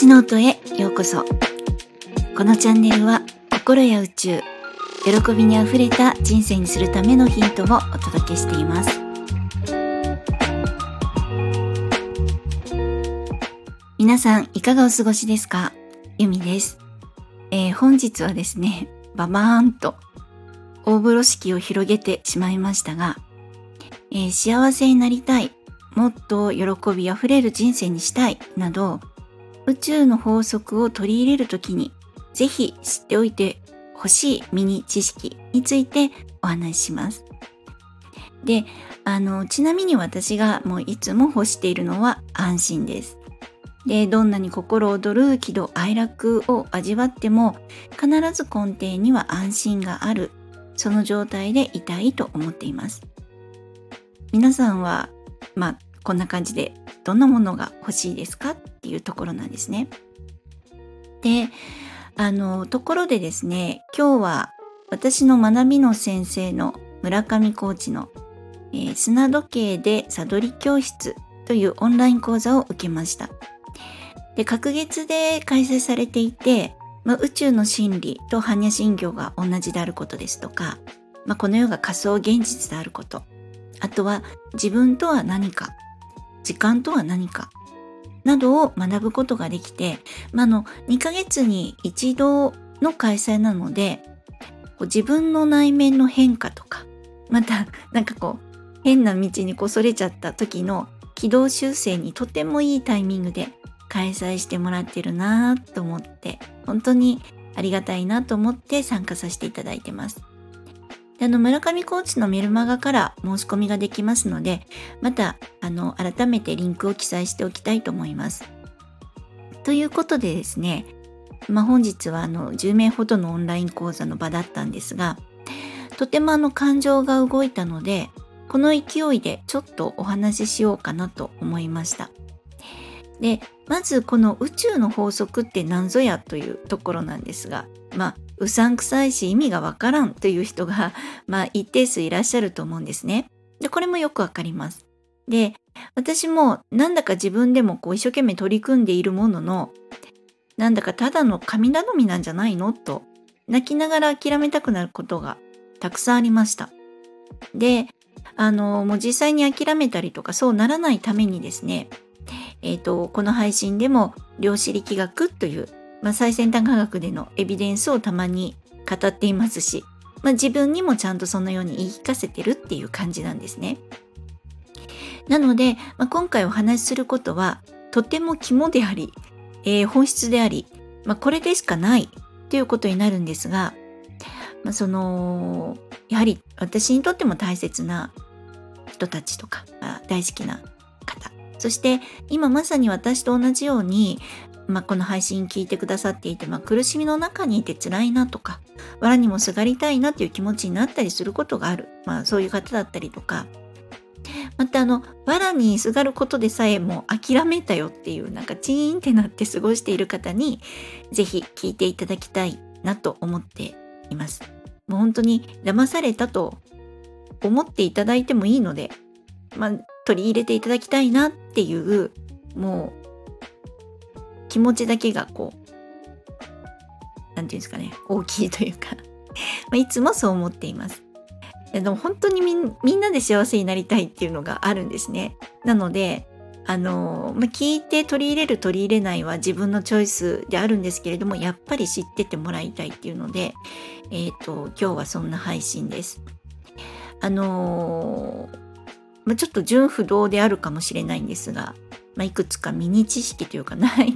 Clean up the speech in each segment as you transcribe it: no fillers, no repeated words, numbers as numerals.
の音へようこそ。このチャンネルは心や宇宙、喜びにあふれた人生にするためのヒントをお届けしています。皆さんいかがお過ごしですか？ゆみです。本日はですね、ババーンと大風呂敷を広げてしまいましたが、幸せになりたい、もっと喜びあふれる人生にしたいなど、宇宙の法則を取り入れるときにぜひ知っておいてほしいミニ知識についてお話しします。で、ちなみに私がもういつも欲しているのは安心です。で、どんなに心躍る喜怒哀楽を味わっても必ず根底には安心がある、その状態でいたいと思っています。皆さんはこんな感じでどんなものが欲しいですかっていうところなんですね。で、ところでですね、今日は私の学びの先生の村上コーチの、砂時計でサドリ教室というオンライン講座を受けました。で、隔月で開催されていて、宇宙の真理と般若心経が同じであることですとか、この世が仮想現実であること、あとは自分とは何か、時間とは何かなどを学ぶことができて、2ヶ月に一度の開催なので、自分の内面の変化とか、また変な道にそれちゃった時の軌道修正にとてもいいタイミングで開催してもらってるなと思って、本当にありがたいなと思って参加させていただいてます。で、村上コーチのメルマガから申し込みができますので、また改めてリンクを記載しておきたいと思います。ということでですね、本日は10名ほどのオンライン講座の場だったんですが、とても感情が動いたので、この勢いでちょっとお話ししようかなと思いました。で、まずこの宇宙の法則って何ぞやというところなんですが、うさんくさいし意味がわからんという人が一定数いらっしゃると思うんですね。で、これもよくわかります。で、私もなんだか自分でも一生懸命取り組んでいるものの、なんだかただの神頼みなんじゃないのと泣きながら諦めたくなることがたくさんありました。で、もう実際に諦めたりとかそうならないためにですね、この配信でも量子力学という、最先端科学でのエビデンスをたまに語っていますし、自分にもちゃんとそのように言い聞かせてるっていう感じなんですね。なので、今回お話しすることはとても肝であり、本質であり、これでしかないということになるんですが、やはり私にとっても大切な人たちとか、大好きな方、そして今まさに私と同じように、この配信聞いてくださっていて、苦しみの中にいて辛いなとか、藁にもすがりたいなという気持ちになったりすることがある、そういう方だったりとか、また藁にすがることでさえも諦めたよっていうチーンってなって過ごしている方にぜひ聞いていただきたいなと思っています。もう本当に騙されたと思っていただいてもいいので、取り入れていただきたいなっていう、もう気持ちだけがなんていうんですかね、大きいというかいつもそう思っています。でも本当にみんなで幸せになりたいっていうのがあるんですね。なので聞いて取り入れる取り入れないは自分のチョイスであるんですけれども、やっぱり知っててもらいたいっていうので、今日はそんな配信です。ちょっと順不同であるかもしれないんですが、いくつかミニ知識というか内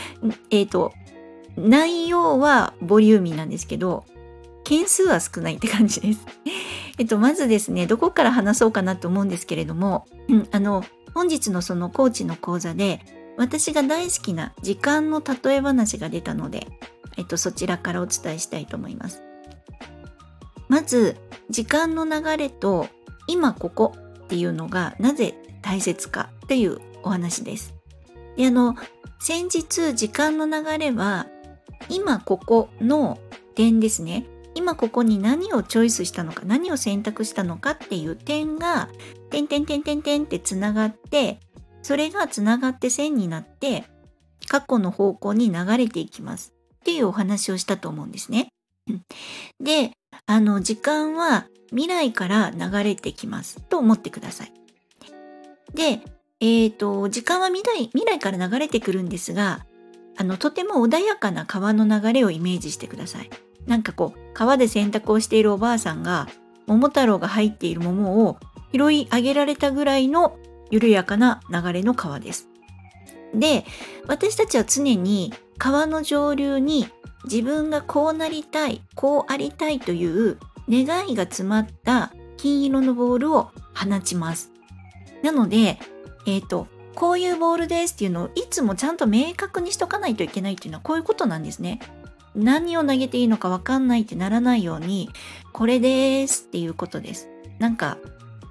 容はボリューミーなんですけど、件数は少ないって感じです。まずですね、どこから話そうかなと思うんですけれども、本日のそのコーチの講座で私が大好きな時間の例え話が出たので、そちらからお伝えしたいと思います。まず、時間の流れと今ここっていうのがなぜ大切かというお話です。で、先日時間の流れは今ここの点ですね。今ここに何をチョイスしたのか、何を選択したのかっていう点が点ってつながって、それがつながって線になって過去の方向に流れていきますっていうお話をしたと思うんですね。で、時間は未来から流れてきますと思ってください。で、時間は未来から流れてくるんですが、とても穏やかな川の流れをイメージしてください。なんかこう、川で洗濯をしているおばあさんが、桃太郎が入っている桃を拾い上げられたぐらいの緩やかな流れの川です。で、私たちは常に川の上流に自分がこうなりたい、こうありたいという願いが詰まった金色のボールを放ちます。なので、こういうボールですっていうのをいつもちゃんと明確にしとかないといけないっていうのはこういうことなんですね。何を投げていいのかわかんないってならないように、これですっていうことです。なんか、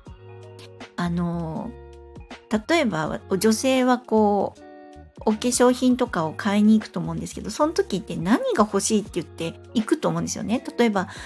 例えば女性はこう、お化粧品とかを買いに行くと思うんですけど、その時って何が欲しいって言って行くと思うんですよね。例えば、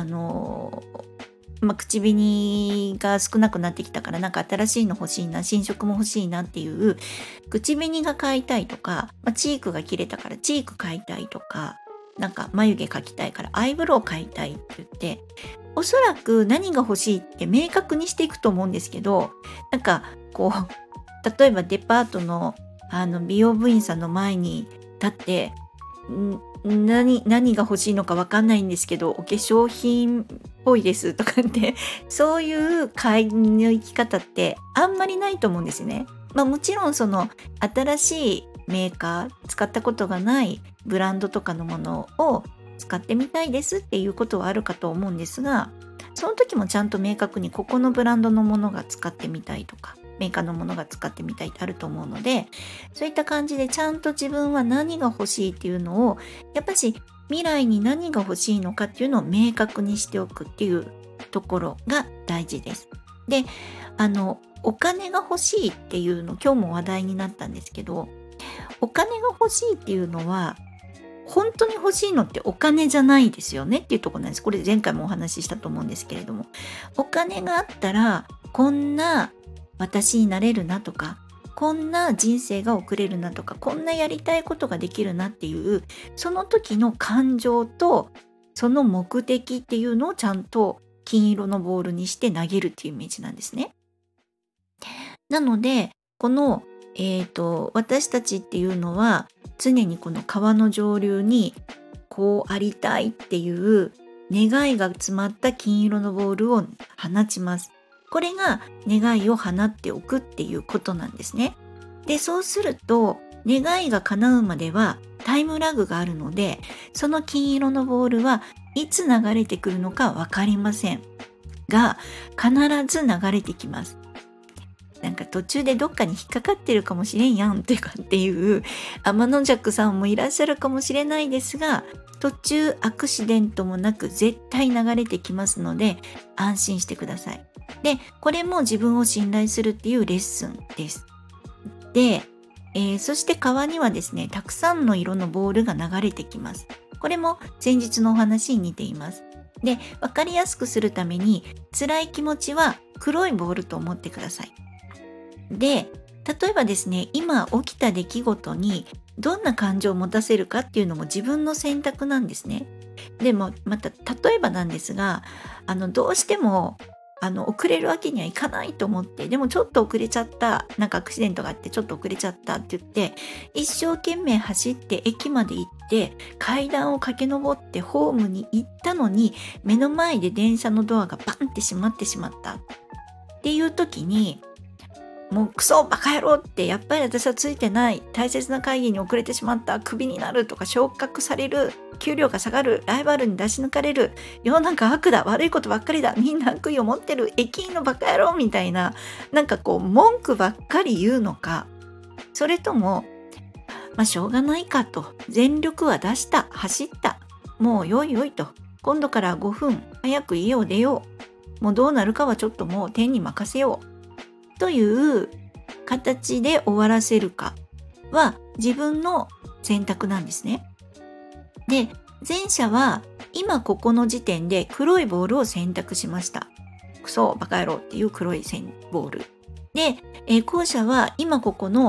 口紅が少なくなってきたからなんか新しいの欲しいな、新色も欲しいなっていう口紅が買いたいとか、チークが切れたからチーク買いたいとか、なんか眉毛描きたいからアイブロウ買いたいって言って、おそらく何が欲しいって明確にしていくと思うんですけど、なんかこう、例えばデパートの美容部員さんの前に立って何が欲しいのか分かんないんですけどお化粧品っぽいですとかってそういう買いの行き方ってあんまりないと思うんですね。もちろんその新しいメーカー使ったことがないブランドとかのものを使ってみたいですっていうことはあるかと思うんですが、その時もちゃんと明確にここのブランドのものが使ってみたいとかメーカーのものが使ってみたいってあると思うので、そういった感じでちゃんと自分は何が欲しいっていうのをやっぱし未来に何が欲しいのかっていうのを明確にしておくっていうところが大事です。で、お金が欲しいっていうの今日も話題になったんですけど、お金が欲しいっていうのは本当に欲しいのってお金じゃないですよねっていうところなんです。これ前回もお話ししたと思うんですけれども、お金があったらこんな私になれるなとか、こんな人生が送れるなとか、こんなやりたいことができるなっていうその時の感情とその目的っていうのをちゃんと金色のボールにして投げるっていうイメージなんですね。なのでこの、私たちっていうのは常にこの川の上流にこうありたいっていう願いが詰まった金色のボールを放ちます。これが願いを放っておくっていうことなんですね。で、そうすると願いが叶うまではタイムラグがあるので、その金色のボールはいつ流れてくるのかわかりませんが、必ず流れてきます。なんか途中でどっかに引っかかってるかもしれんやんっていう天の弱さんもいらっしゃるかもしれないですが、途中アクシデントもなく絶対流れてきますので安心してください。で、これも自分を信頼するっていうレッスンです。で、そして川にはですね、たくさんの色のボールが流れてきます。これも先日のお話に似ています。で、わかりやすくするために辛い気持ちは黒いボールと思ってください。で、例えばですね、今起きた出来事にどんな感情を持たせるかっていうのも自分の選択なんですね。でもまた例えばなんですが、どうしても遅れるわけにはいかないと思って、でもちょっと遅れちゃった、なんかアクシデントがあってちょっと遅れちゃったって言って一生懸命走って駅まで行って階段を駆け上ってホームに行ったのに目の前で電車のドアがバンって閉まってしまったっていう時に、もうクソバカ野郎ってやっぱり私はついてない、大切な会議に遅れてしまった、クビになるとか昇格される、給料が下がる、ライバルに出し抜かれる、世の中悪だ、悪いことばっかりだ、みんな悪意を持ってる、駅員のバカ野郎みたいな、なんかこう文句ばっかり言うのか、それともしょうがないかと、全力は出した、走った、もうよいよいと、今度から5分早く家を出よう、もうどうなるかはちょっともう天に任せようという形で終わらせるかは自分の選択なんですね。で、前者は今ここの時点で黒いボールを選択しました。クソバカ野郎っていう黒いボール。で、後者は今ここの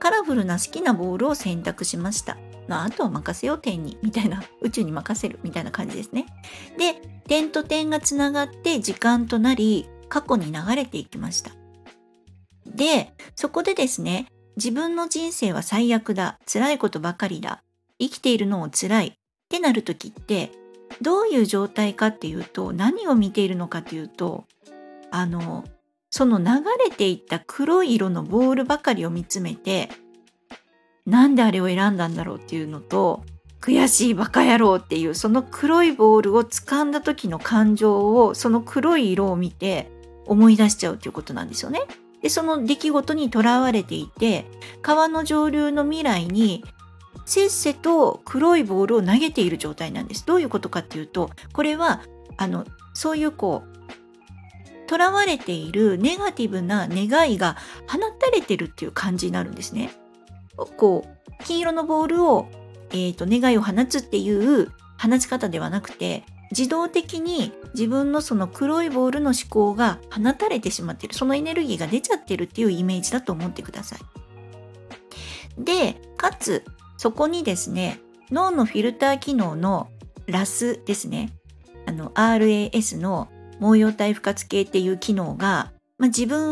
カラフルな好きなボールを選択しました。あとは任せよう天にみたいな、宇宙に任せるみたいな感じですね。で、点と点がつながって時間となり過去に流れていきました。で、そこでですね、自分の人生は最悪だ、辛いことばかりだ、生きているのを辛いってなるときって、どういう状態かっていうと、何を見ているのかというと、その流れていった黒い色のボールばかりを見つめて、なんであれを選んだんだろうっていうのと、悔しいバカ野郎っていうその黒いボールを掴んだ時の感情を、その黒い色を見て思い出しちゃうということなんですよね。で、その出来事にとらわれていて、川の上流の未来にせっせと黒いボールを投げている状態なんです。どういうことかっていうと、これはそういうとらわれているネガティブな願いが放たれてるっていう感じになるんですね。金色のボールを、願いを放つっていう放ち方ではなくて、自動的に自分のその黒いボールの思考が放たれてしまっている、そのエネルギーが出ちゃってるっていうイメージだと思ってください。で、かつそこにですね、脳のフィルター機能のRASですね、RAS の毛様体不活系っていう機能が、自分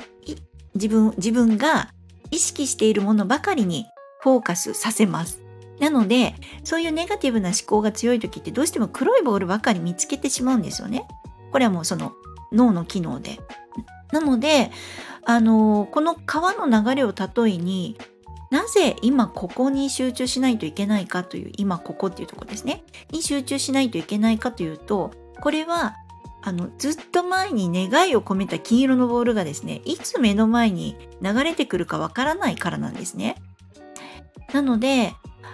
が意識しているものばかりにフォーカスさせます。なので、そういうネガティブな思考が強い時ってどうしても黒いボールばかり見つけてしまうんですよね。これはもうその脳の機能で。なので、この川の流れを例えに、なぜ今ここに集中しないといけないかという、今ここっていうところですね。に集中しないといけないかというと、これはずっと前に願いを込めた金色のボールがですね、いつ目の前に流れてくるかわからないからなんですね。なので、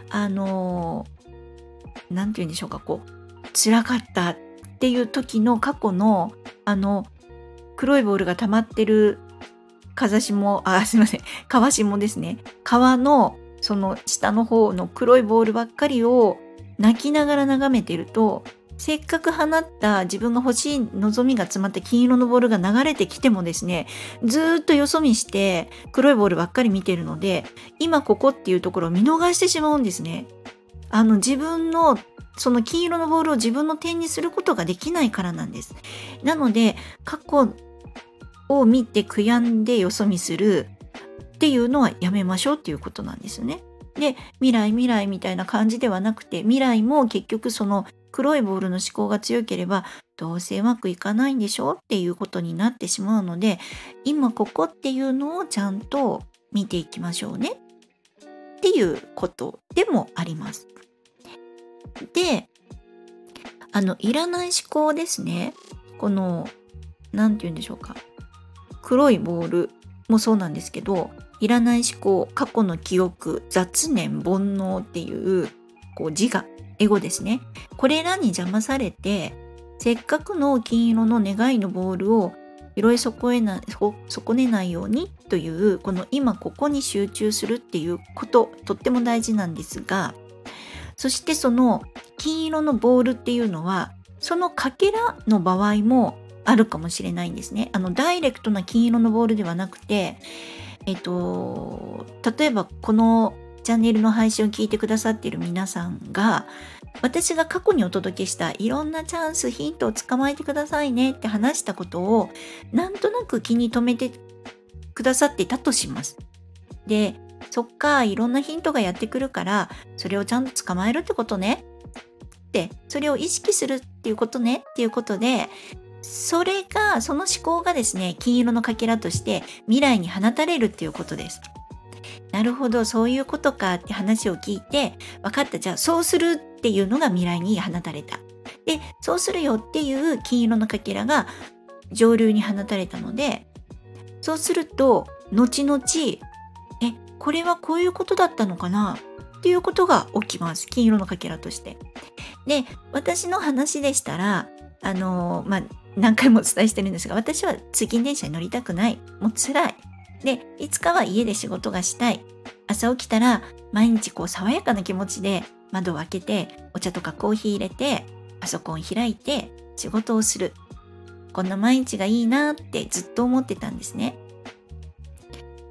なんて言うんでしょうか、辛かったっていう時の過去の、黒いボールが溜まってる川下ですね。川のその下の方の黒いボールばっかりを泣きながら眺めてると、せっかく放った自分が欲しい望みが詰まった金色のボールが流れてきてもですね、ずーっとよそ見して黒いボールばっかり見てるので、今ここっていうところを見逃してしまうんですね。自分のその金色のボールを自分の点にすることができないからなんです。なので、過去を見て悔やんでよそ見するっていうのはやめましょうっていうことなんですよね。で、未来みたいな感じではなくて、未来も結局その黒いボールの思考が強ければどうせうまくいかないんでしょっていうことになってしまうので、今ここっていうのをちゃんと見ていきましょうねっていうことでもあります。で、いらない思考ですね。なんて言うんでしょうか。黒いボールもそうなんですけど、いらない思考、過去の記憶、雑念、煩悩っていう自我、エゴですね。これらに邪魔されて、せっかくの金色の願いのボールを拾い損ねないようにという、この今ここに集中するっていうこと、とっても大事なんですが、そしてその金色のボールっていうのは、そのかけらの場合もあるかもしれないんですね。ダイレクトな金色のボールではなくて、例えばこのチャンネルの配信を聞いてくださっている皆さんが、私が過去にお届けしたいろんなチャンス、ヒントを捕まえてくださいねって話したことをなんとなく気に留めてくださっていたとします。で、そっか、いろんなヒントがやってくるから、それをちゃんと捕まえるってことねって、それを意識するっていうことねっていうことで、その思考がですね、金色のかけらとして未来に放たれるっていうことです。なるほど、そういうことかって話を聞いて、分かった、じゃあそうするっていうのが未来に放たれた。で、そうするよっていう金色のかけらが上流に放たれたので、そうすると、後々、これはこういうことだったのかなっていうことが起きます。金色のかけらとして。で、私の話でしたら、何回もお伝えしてるんですが、私は通勤電車に乗りたくない。もう辛い。で、いつかは家で仕事がしたい。朝起きたら毎日爽やかな気持ちで窓を開けてお茶とかコーヒー入れてパソコン開いて仕事をする。こんな毎日がいいなってずっと思ってたんですね。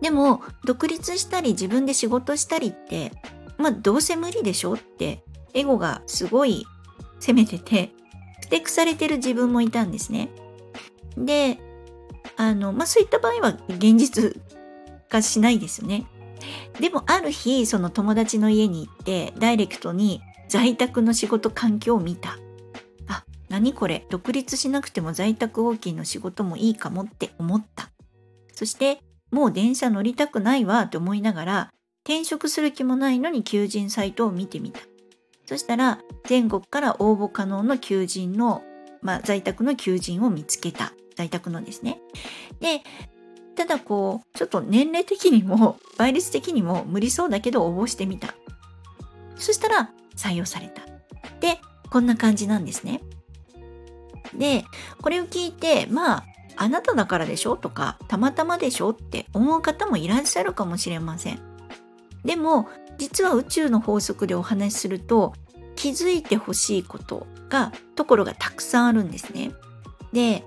でも独立したり自分で仕事したりって、どうせ無理でしょってエゴがすごい責めてて、ふてくされてる自分もいたんですね。で、そういった場合は現実化しないですよね。でもある日、その友達の家に行ってダイレクトに在宅の仕事環境を見た。あ、何これ、独立しなくても在宅ワーキングの仕事もいいかもって思った。そしてもう電車乗りたくないわって思いながら、転職する気もないのに求人サイトを見てみた。そしたら全国から応募可能の求人の、在宅の求人を見つけた。在宅のですね。で、ただちょっと年齢的にも倍率的にも無理そうだけど応募してみた。そしたら採用された。で、こんな感じなんですね。で、これを聞いて、あなただからでしょとか、たまたまでしょって思う方もいらっしゃるかもしれません。でも、実は宇宙の法則でお話しすると、気づいてほしいところがたくさんあるんですね。で、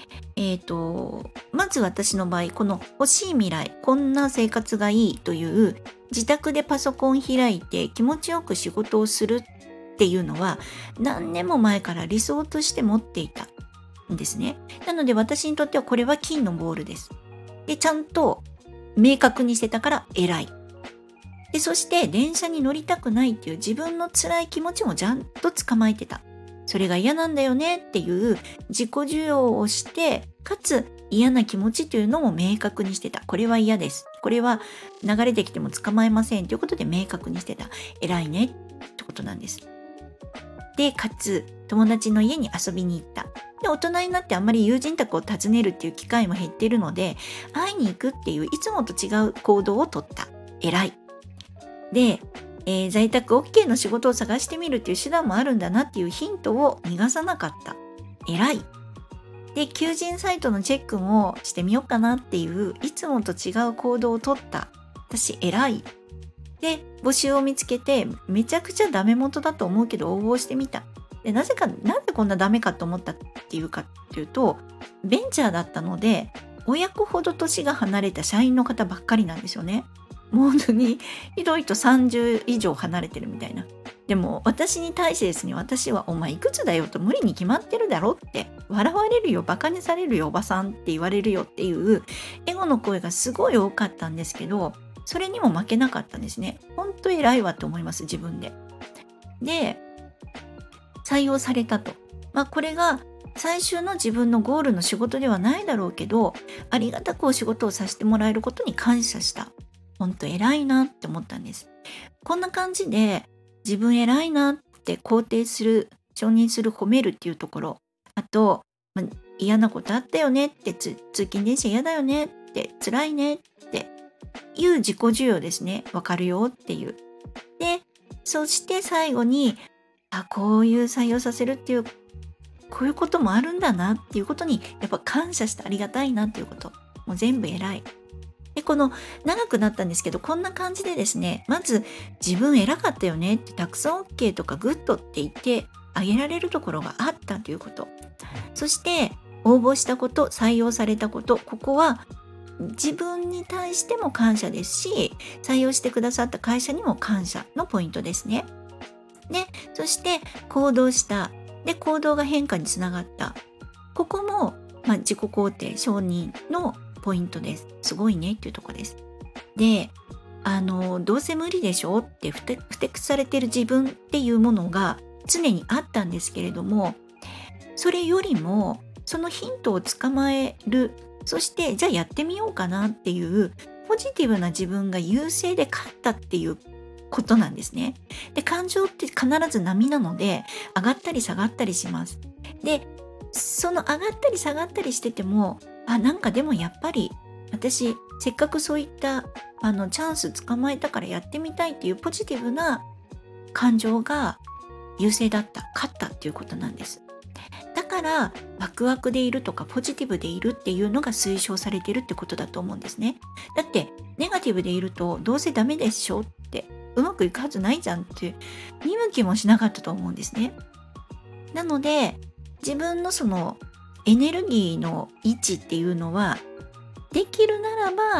まず私の場合、この欲しい未来、こんな生活がいいという自宅でパソコン開いて気持ちよく仕事をするっていうのは何年も前から理想として持っていたんですね。なので私にとってはこれは金のボールです。で、ちゃんと明確にしてたから偉い。で、そして電車に乗りたくないっていう自分の辛い気持ちもちゃんと捕まえてた。それが嫌なんだよねっていう自己需要をして、かつ嫌な気持ちというのも明確にしてた。これは嫌です。これは流れてきても捕まえませんということで明確にしてた。偉いねってことなんです。で、かつ友達の家に遊びに行った。で、大人になってあんまり友人宅を訪ねるっていう機会も減っているので、会いに行くっていういつもと違う行動をとった。偉い。で、在宅 OK の仕事を探してみるっていう手段もあるんだなっていうヒントを逃がさなかった。偉い。で、求人サイトのチェックもしてみようかなっていういつもと違う行動をとった。私偉い。で、募集を見つけてめちゃくちゃダメ元だと思うけど応募してみた。で、なぜこんなダメかと思ったっていうかっていうと、ベンチャーだったので、親子ほど年が離れた社員の方ばっかりなんですよね。もう本当にひどいと30以上離れてるみたいな。でも私に対してですね、私はお前いくつだよと無理に決まってるだろって笑われるよ、バカにされるよおばさんって言われるよっていうエゴの声がすごい多かったんですけど、それにも負けなかったんですね。本当偉いわと思います、自分で。で、採用されたと。これが最終の自分のゴールの仕事ではないだろうけど、ありがたくお仕事をさせてもらえることに感謝した。本当偉いなって思ったんです。こんな感じで自分偉いなって肯定する、承認する、褒めるっていうところ。あと、嫌なことあったよねって、通勤電車嫌だよねって、辛いねっていう自己需要ですね。わかるよっていう。で、そして最後に、こういう採用させるっていう、こういうこともあるんだなっていうことに、やっぱ感謝してありがたいなっていうこと。もう全部偉い。で、この長くなったんですけど、こんな感じでですね、まず自分偉かったよねってたくさん OK とかグッドって言ってあげられるところがあったということ。そして応募したこと、採用されたこと、ここは自分に対しても感謝ですし、採用してくださった会社にも感謝のポイントですね。で、そして行動した。で、行動が変化につながった。ここも、自己肯定、承認のポイントです。すごいねっていうところです。で、どうせ無理でしょってふてくされてる自分っていうものが常にあったんですけれども、それよりもそのヒントを捕まえる、そしてじゃあやってみようかなっていうポジティブな自分が優勢で勝ったっていうことなんですね。で、感情って必ず波なので上がったり下がったりします。で、その上がったり下がったりしてても、なんかでもやっぱり私せっかくそういったチャンス捕まえたからやってみたいっていうポジティブな感情が優勢だった、勝ったっていうことなんです。だからワクワクでいるとかポジティブでいるっていうのが推奨されているってことだと思うんですね。だってネガティブでいるとどうせダメでしょってうまくいくはずないじゃんって見向きもしなかったと思うんですね。なので自分のそのエネルギーの位置っていうのはできるならば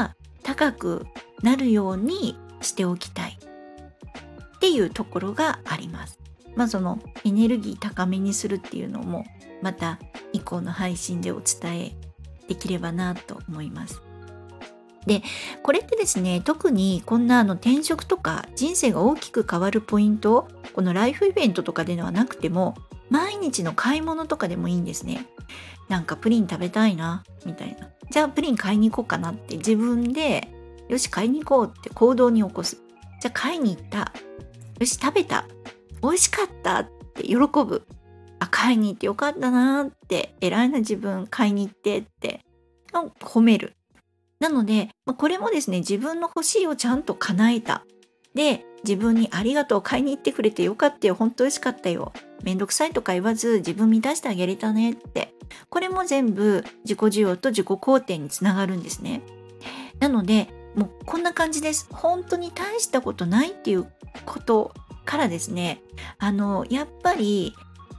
高くなるようにしておきたいっていうところがあります。そのエネルギー高めにするっていうのもまた以降の配信でお伝えできればなと思います。で、これってですね、特にこんな転職とか人生が大きく変わるポイント、このライフイベントとかではなくても、毎日の買い物とかでもいいんですね。なんかプリン食べたいな、みたいな。じゃあプリン買いに行こうかなって自分で、よし買いに行こうって行動に起こす。じゃあ買いに行った。よし食べた。美味しかったって喜ぶ。買いに行ってよかったなって、偉いな自分買いに行ってって褒める。なので、これもですね、自分の欲しいをちゃんと叶えた。で、自分にありがとう、買いに行ってくれてよかったよ、本当美味しかったよ。めんどくさいとか言わず、自分満たしてあげれたねって。これも全部自己需要と自己肯定につながるんですね。なので、もうこんな感じです。本当に大したことないっていうことからですね、やっぱり、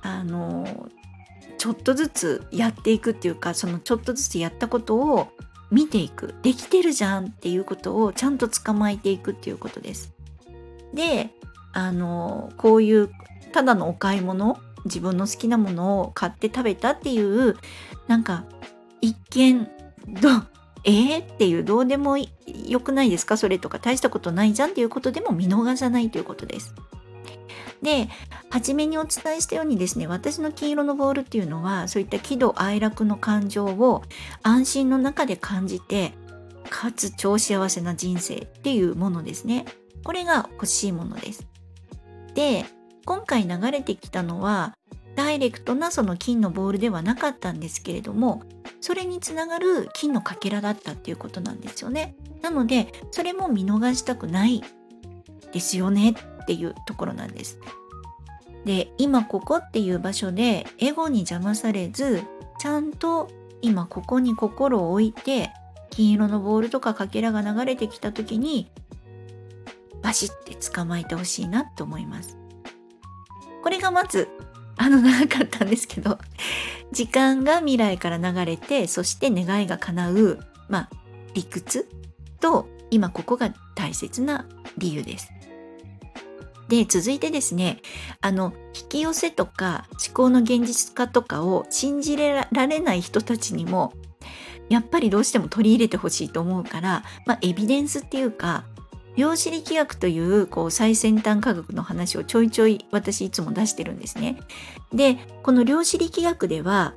ちょっとずつやっていくっていうか、そのちょっとずつやったことを見ていく。できてるじゃんっていうことをちゃんと捕まえていくっていうことです。で、こういうただのお買い物、自分の好きなものを買って食べたっていう、なんか一見っていうどうでもよくないですかそれとか大したことないじゃんっていうことでも見逃さないということです。で、初めにお伝えしたようにですね、私の金色のボールっていうのは、そういった喜怒哀楽の感情を安心の中で感じて、かつ超幸せな人生っていうものですね。これが欲しいものです。で、今回流れてきたのは、ダイレクトなその金のボールではなかったんですけれども、それにつながる金のかけらだったっていうことなんですよね。なので、それも見逃したくないですよねっていうところなんです。で、今ここっていう場所でエゴに邪魔されず、ちゃんと今ここに心を置いて、金色のボールとかかけらが流れてきた時にバシッて捕まえてほしいなと思います。これがまず長かったんですけど、時間が未来から流れて、そして願いが叶う理屈と今ここが大切な理由です。で、続いてですね、引き寄せとか思考の現実化とかを信じられない人たちにもやっぱりどうしても取り入れてほしいと思うから、エビデンスっていうか、量子力学という最先端科学の話をちょいちょい私いつも出してるんですね。で、この量子力学では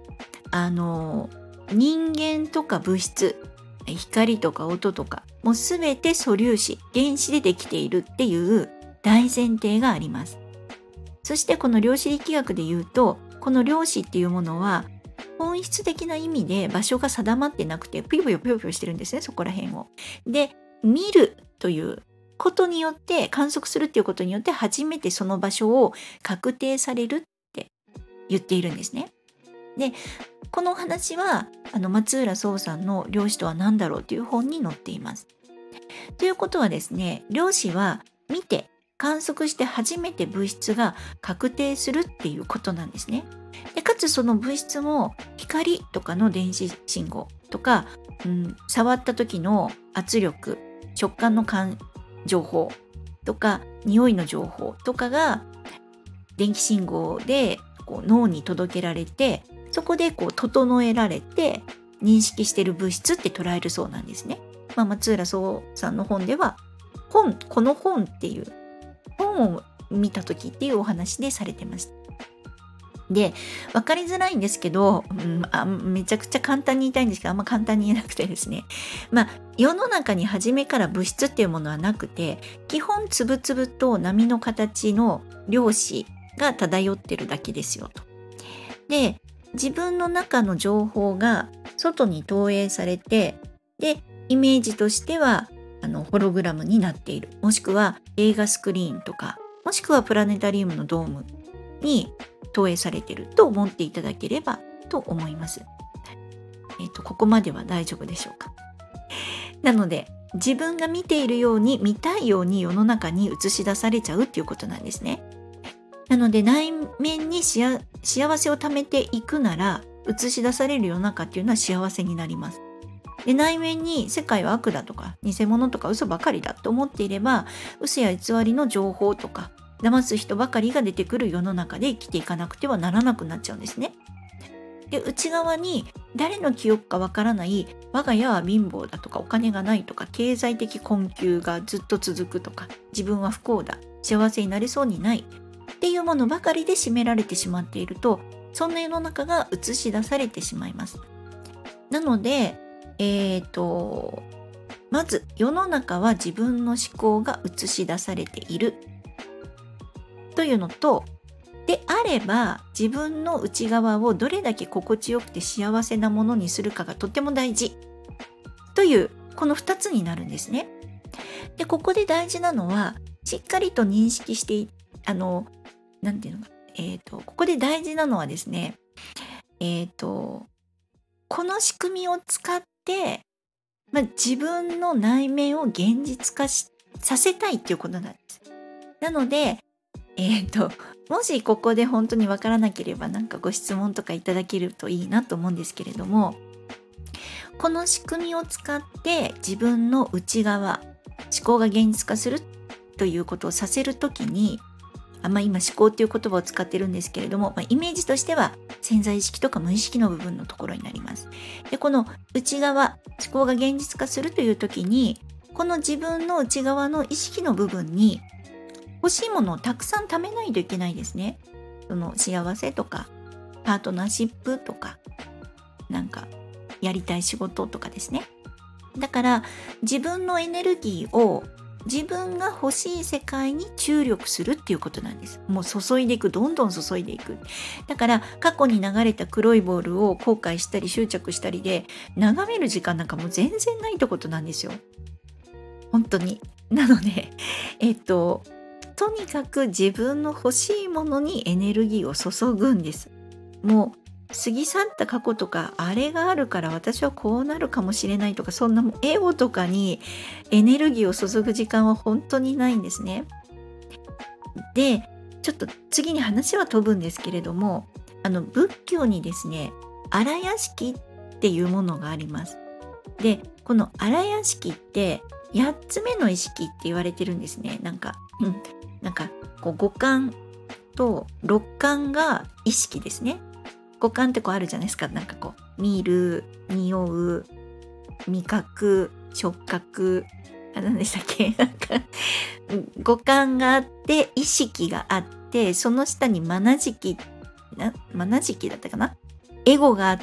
人間とか物質、光とか音とかもうすべて素粒子、原子でできているっていう大前提があります。そしてこの量子力学で言うと、この量子っていうものは本質的な意味で場所が定まってなくて、ぷよぷよぷよぷよしてるんですね、そこら辺を。で、見るということによって、観測するっていうことによって初めてその場所を確定されるって言っているんですね。で、この話は松浦壮さんの量子とは何だろうという本に載っています。ということはですね、量子は見て観測して初めて物質が確定するっていうことなんですね。でかつその物質も光とかの電子信号とか、触った時の圧力、食感の情報とか匂いの情報とかが電気信号で脳に届けられて、そこで整えられて認識している物質って捉えるそうなんですね。松浦壮さんの本ではこの本っていう本を見た時っていうお話でされてました。で、分かりづらいんですけど、めちゃくちゃ簡単に言いたいんですけど、あんま簡単に言えなくてですね。世の中に初めから物質っていうものはなくて、基本つぶつぶと波の形の量子が漂ってるだけですよと。で、自分の中の情報が外に投影されて、で、イメージとしてはホログラムになっている。もしくは映画スクリーンとか、もしくはプラネタリウムのドームに投影されていると思っていただければと思います。ここまでは大丈夫でしょうか。なので、自分が見ているように見たいように世の中に映し出されちゃうっていうことなんですね。なので内面に幸せを貯めていくなら、映し出される世の中っていうのは幸せになります。 で、内面に世界は悪だとか偽物とか嘘ばかりだと思っていれば、嘘や偽りの情報とか騙す人ばかりが出てくる世の中で生きていかなくてはならなくなっちゃうんですね。で、内側に誰の記憶かわからない我が家は貧乏だとかお金がないとか経済的困窮がずっと続くとか自分は不幸だ、幸せになれそうにないっていうものばかりで占められてしまっていると、そんな世の中が映し出されてしまいます。なので、まず世の中は自分の思考が映し出されているというのと、であれば自分の内側をどれだけ心地よくて幸せなものにするかがとても大事というこの2つになるんですね。で、ここで大事なのはしっかりと認識してなんていうのか、ここで大事なのはですね、この仕組みを使って、自分の内面を現実化させたいっていうことなんです。なので、もしここで本当にわからなければなんかご質問とかいただけるといいなと思うんですけれども、この仕組みを使って自分の内側、思考が現実化するということをさせるときに、今思考っていう言葉を使ってるんですけれども、イメージとしては潜在意識とか無意識の部分のところになります。で、この内側、思考が現実化するというときに、この自分の内側の意識の部分に欲しいものをたくさん貯めないといけないですね。その幸せとかパートナーシップとかなんかやりたい仕事とかですね。だから自分のエネルギーを自分が欲しい世界に注力するっていうことなんです。もう注いでいく、どんどん注いでいく。だから過去に流れた黒いボールを後悔したり執着したりで眺める時間なんかもう全然ないってことなんですよ。本当に。なのでとにかく自分の欲しいものにエネルギーを注ぐんです。もう過ぎ去った過去とかあれがあるから私はこうなるかもしれないとか、そんなエゴとかにエネルギーを注ぐ時間は本当にないんですね。で、ちょっと次に話は飛ぶんですけれども、仏教にですね、荒屋敷っていうものがあります。で、この荒屋敷って8つ目の意識って言われてるんですね。なんかこう五感と六感が意識ですね。五感ってこうあるじゃないですか。なんかこう見る、匂う、味覚、触覚、何でしたっけ？なんか五感があって意識があって、その下にマナジキだったかな？エゴがあって、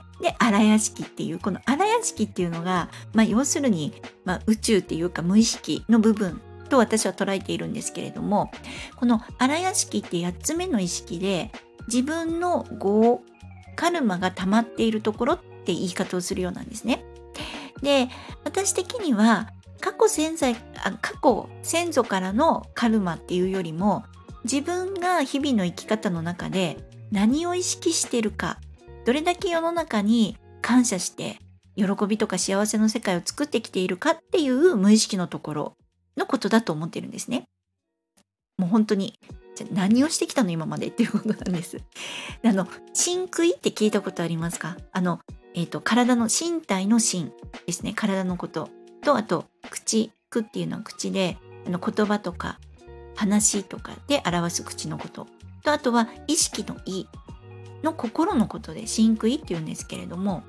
で荒屋敷っていう、この荒屋敷っていうのが、要するに、宇宙っていうか無意識の部分と私は捉えているんですけれども、この荒屋敷って8つ目の意識で自分の業、カルマが溜まっているところって言い方をするようなんですね。で、私的には過去先祖からのカルマっていうよりも、自分が日々の生き方の中で何を意識しているか、どれだけ世の中に感謝して喜びとか幸せの世界を作ってきているかっていう無意識のところのことだと思ってるんですね。もう本当に、じゃあ何をしてきたの今までっていうことなんです。神悔って聞いたことありますか？体の身体の身ですね。体のことと、あと口、句っていうのは口で言葉とか話とかで表す口のことと、あとは意識の意の心のことで神悔っていうんですけれども、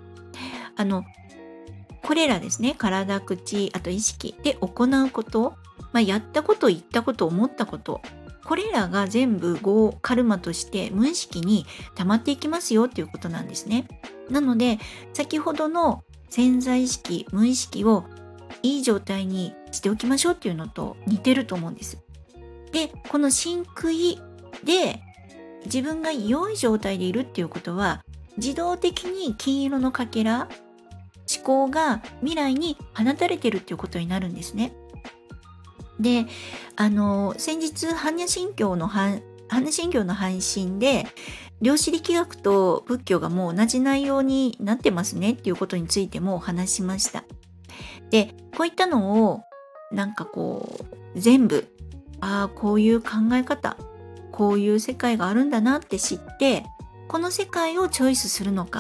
これらですね、体、口、あと意識で行うこと、やったこと、言ったこと、思ったこと、これらが全部カルマとして無意識に溜まっていきますよっていうことなんですね。なので先ほどの潜在意識、無意識をいい状態にしておきましょうっていうのと似てると思うんです。で、この神悔で自分が良い状態でいるっていうことは、自動的に金色のかけら、思考が未来に放たれてるっていうことになるんですね。で、先日般若心経の配信で、量子力学と仏教がもう同じ内容になってますねっていうことについてもお話しました。で、こういったのをなんかこう全部、こういう考え方、こういう世界があるんだなって知って、この世界をチョイスするのか、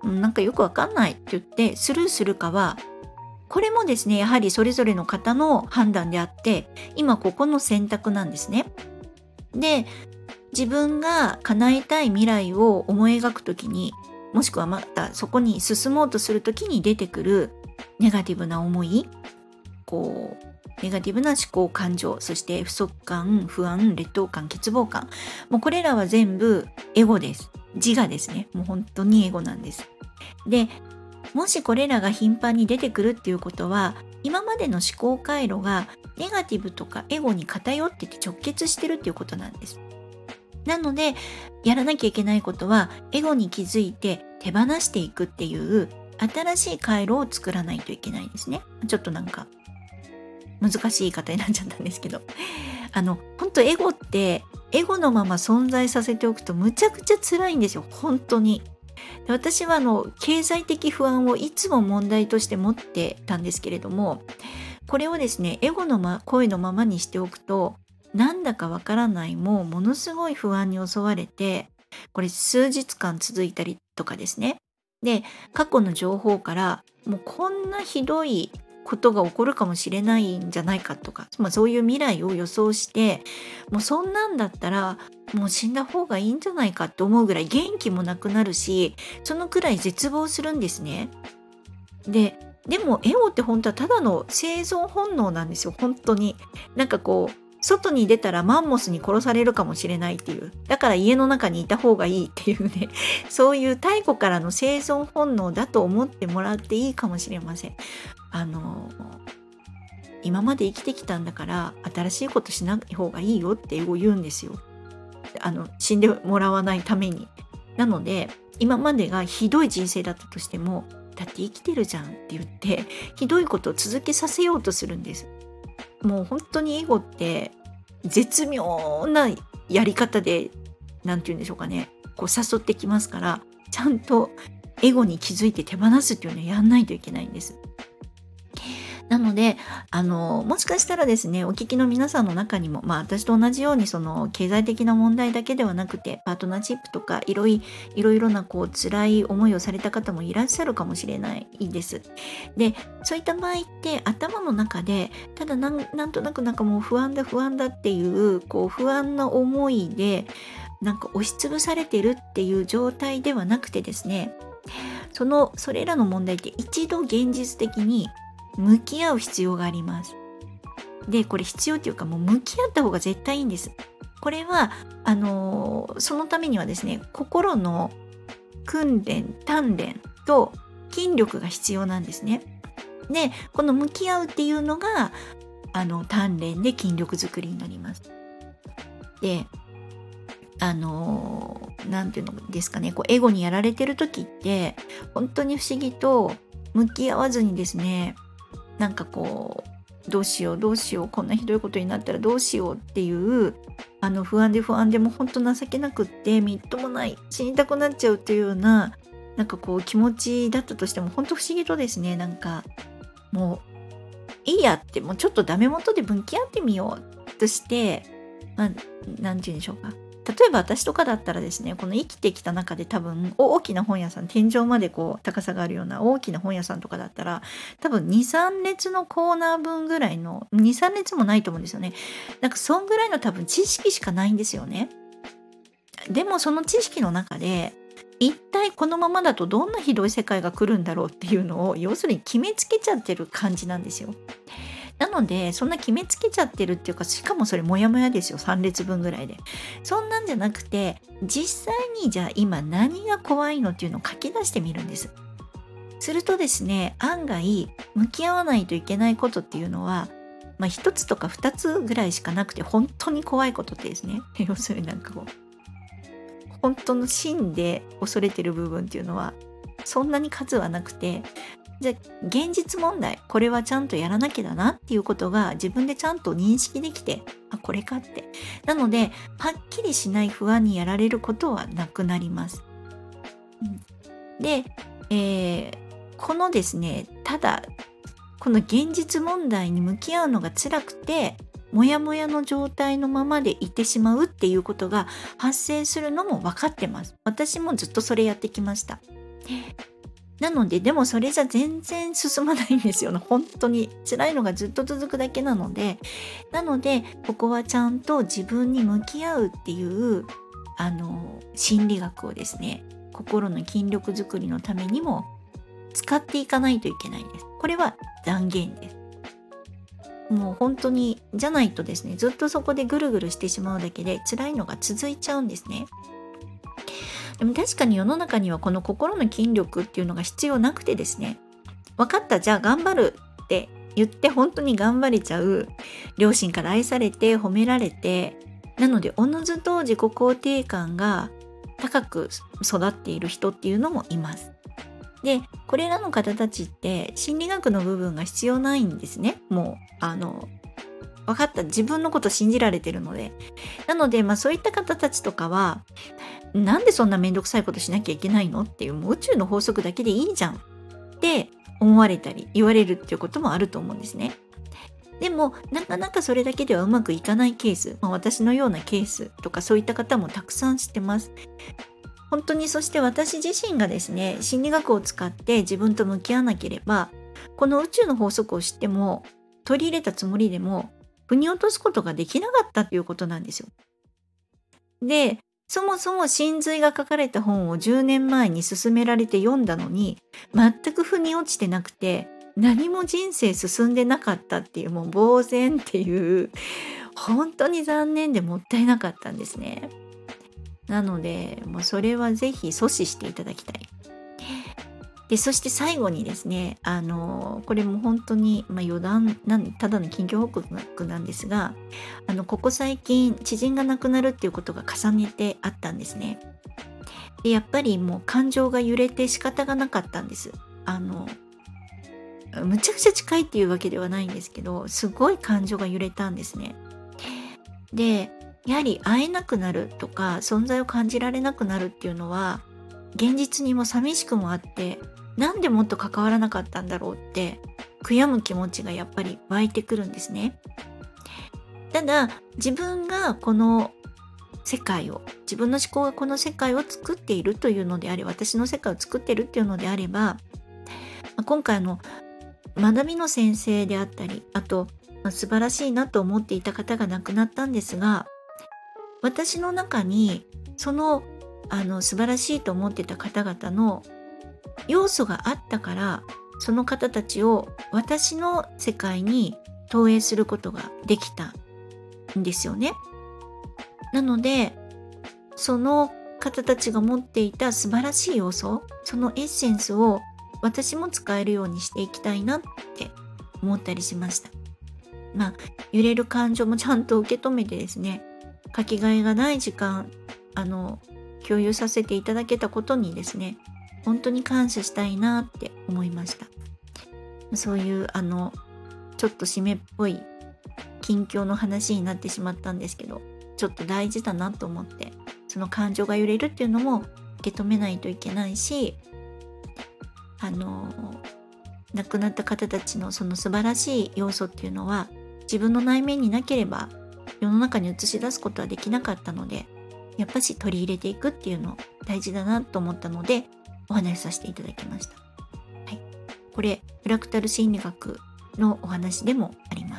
なんかよくわかんないって言ってスルーするかは、これもですね、やはりそれぞれの方の判断であって、今ここの選択なんですね。で、自分が叶えたい未来を思い描くときに、もしくはまたそこに進もうとするときに出てくるネガティブな思い、ネガティブな思考感情、そして不足感、不安、劣等感、欠乏感、もうこれらは全部エゴです。自我ですね。もう本当にエゴなんです。で、もしこれらが頻繁に出てくるっていうことは、今までの思考回路がネガティブとかエゴに偏ってて直結してるっていうことなんです。なので、やらなきゃいけないことは、エゴに気づいて手放していくっていう新しい回路を作らないといけないんですね。ちょっとなんか難しい言い方になっちゃったんですけど、本当エゴってエゴのまま存在させておくとむちゃくちゃ辛いんですよ、本当に。で、私は経済的不安をいつも問題として持ってたんですけれども、これをですね、エゴの、声のままにしておくと、なんだかわからないものすごい不安に襲われて、これ数日間続いたりとかですね。で、過去の情報からもうこんなひどいことが起こるかもしれないんじゃないかとか、そういう未来を予想して、もうそんなんだったらもう死んだ方がいいんじゃないかって思うぐらい元気もなくなるし、そのくらい絶望するんですね。でもエゴって本当はただの生存本能なんですよ、本当に。なんか外に出たらマンモスに殺されるかもしれないっていう。だから家の中にいた方がいいっていうね、そういう太古からの生存本能だと思ってもらっていいかもしれません。今まで生きてきたんだから新しいことしない方がいいよって言うんですよ。死んでもらわないために。なので、今までがひどい人生だったとしても、だって生きてるじゃんって言ってひどいことを続けさせようとするんです。もう本当にエゴって絶妙なやり方で、なんて言うんでしょうかね、誘ってきますから、ちゃんとエゴに気づいて手放すっていうのをやんないといけないんです。なので、もしかしたらですね、お聞きの皆さんの中にも、私と同じようにその経済的な問題だけではなくて、パートナーシップとかいろいろな辛い思いをされた方もいらっしゃるかもしれないです。で、そういった場合って頭の中で、ただなんとなくもう不安だっていう、不安な思いで、押しつぶされてるっていう状態ではなくてですね、それらの問題って一度現実的に向き合う必要があります。で、これ必要っていうかもう向き合った方が絶対いいんです。これはそのためにはですね、心の訓練、鍛錬と筋力が必要なんですね。で、この向き合うっていうのが鍛錬で筋力作りになります。で、なんていうのですかね、エゴにやられてる時って本当に不思議と向き合わずにですね、どうしよう、こんなひどいことになったらどうしようっていう不安でもう本当情けなくってみっともない、死にたくなっちゃうっていうような気持ちだったとしても、本当不思議とですね、もういいやって、もうちょっとダメ元で向き合ってみようとして、なんて言うんでしょうか。例えば私とかだったらですね、この生きてきた中で多分大きな本屋さん、天井まで高さがあるような大きな本屋さんとかだったら、多分 2,3 列のコーナー分ぐらいの、2,3 列もないと思うんですよね。そんぐらいの多分知識しかないんですよね。でもその知識の中で、一体このままだとどんなひどい世界が来るんだろうっていうのを、要するに決めつけちゃってる感じなんですよ。なので、そんな決めつけちゃってるっていうか、しかもそれモヤモヤですよ、3列分ぐらいで。そんなんじゃなくて、実際にじゃあ今何が怖いのっていうのを書き出してみるんです。するとですね、案外向き合わないといけないことっていうのは、1つとか2つぐらいしかなくて、本当に怖いことってですね、要するに本当の真で恐れてる部分っていうのはそんなに数はなくて、じゃあ現実問題、これはちゃんとやらなきゃだなっていうことが自分でちゃんと認識できて、これかって。なので、はっきりしない不安にやられることはなくなります。で、このですね、ただ、この現実問題に向き合うのが辛くて、もやもやの状態のままでいてしまうっていうことが発生するのも分かってます。私もずっとそれやってきました。 なので、でもそれじゃ全然進まないんですよね。本当に辛いのがずっと続くだけなので、ここはちゃんと自分に向き合うっていう心理学をですね、心の筋力づくりのためにも使っていかないといけないです。これは断言です。もう本当にじゃないとですね、ずっとそこでぐるぐるしてしまうだけで辛いのが続いちゃうんですね。でも確かに世の中にはこの心の筋力っていうのが必要なくてですね、分かった、じゃあ頑張るって言って本当に頑張れちゃう、両親から愛されて褒められて、なのでおのずと自己肯定感が高く育っている人っていうのもいます。で、これらの方たちって心理学の部分が必要ないんですね。もう分かった、自分のこと信じられてるので。なので、そういった方たちとかは、なんでそんなめんどくさいことしなきゃいけないのっていう、もう宇宙の法則だけでいいじゃんって思われたり言われるっていうこともあると思うんですね。でもなかなかそれだけではうまくいかないケース、私のようなケースとかそういった方もたくさん知ってます。本当に、そして私自身がですね、心理学を使って自分と向き合わなければ、この宇宙の法則を知っても取り入れたつもりでも腑に落とすことができなかったということなんですよ。で、そもそも真髄が書かれた本を10年前に勧められて読んだのに、全く腑に落ちてなくて、何も人生進んでなかったっていう、もう呆然っていう、本当に残念でもったいなかったんですね。なので、もうそれはぜひ阻止していただきたい。で、そして最後にですね、これも本当に、余談ただの近況報告なんですが、ここ最近知人が亡くなるっていうことが重ねてあったんですね。で、やっぱりもう感情が揺れて仕方がなかったんです。むちゃくちゃ近いっていうわけではないんですけど、すごい感情が揺れたんですね。で、やはり会えなくなるとか存在を感じられなくなるっていうのは現実にも寂しくもあって、なんでもっと関わらなかったんだろうって悔やむ気持ちがやっぱり湧いてくるんですね。ただ自分がこの世界を、自分の思考がこの世界を作っているというのであれば、私の世界を作っているっていうのであれば、今回学びの先生であったり、あと、素晴らしいなと思っていた方が亡くなったんですが、私の中にその素晴らしいと思ってた方々の要素があったから、その方たちを私の世界に投影することができたんですよね。なので、その方たちが持っていた素晴らしい要素、そのエッセンスを私も使えるようにしていきたいなって思ったりしました。揺れる感情もちゃんと受け止めてですね、かけがえがない時間共有させていただけたことにですね、本当に感謝したいなって思いました。そういうちょっと締めっぽい近況の話になってしまったんですけど、ちょっと大事だなと思って、その感情が揺れるっていうのも受け止めないといけないし、亡くなった方たちのその素晴らしい要素っていうのは自分の内面になければ世の中に映し出すことはできなかったので、やっぱし取り入れていくっていうの大事だなと思ったのでお話しさせていただきました。はい、これフラクタル心理学のお話でもあります。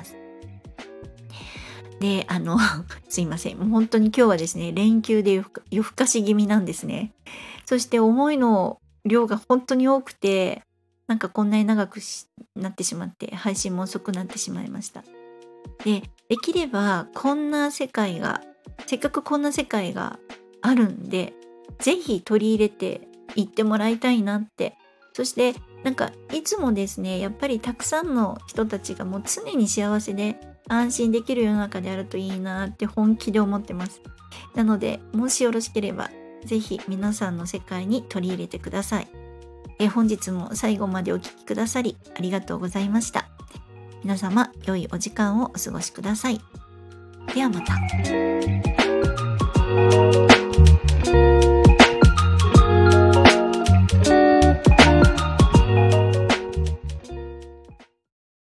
で、すいません、もう本当に今日はですね、連休で夜更かし気味なんですね。そして思いの量が本当に多くて、こんなに長くなってしまって配信も遅くなってしまいました。できればこんな世界が、せっかくこんな世界があるんで、ぜひ取り入れていってもらいたいなって。そしていつもですね、やっぱりたくさんの人たちがもう常に幸せで安心できる世の中であるといいなって本気で思ってます。なので、もしよろしければぜひ皆さんの世界に取り入れてください。本日も最後までお聞きくださりありがとうございました。皆様、良いお時間をお過ごしください。ではまた。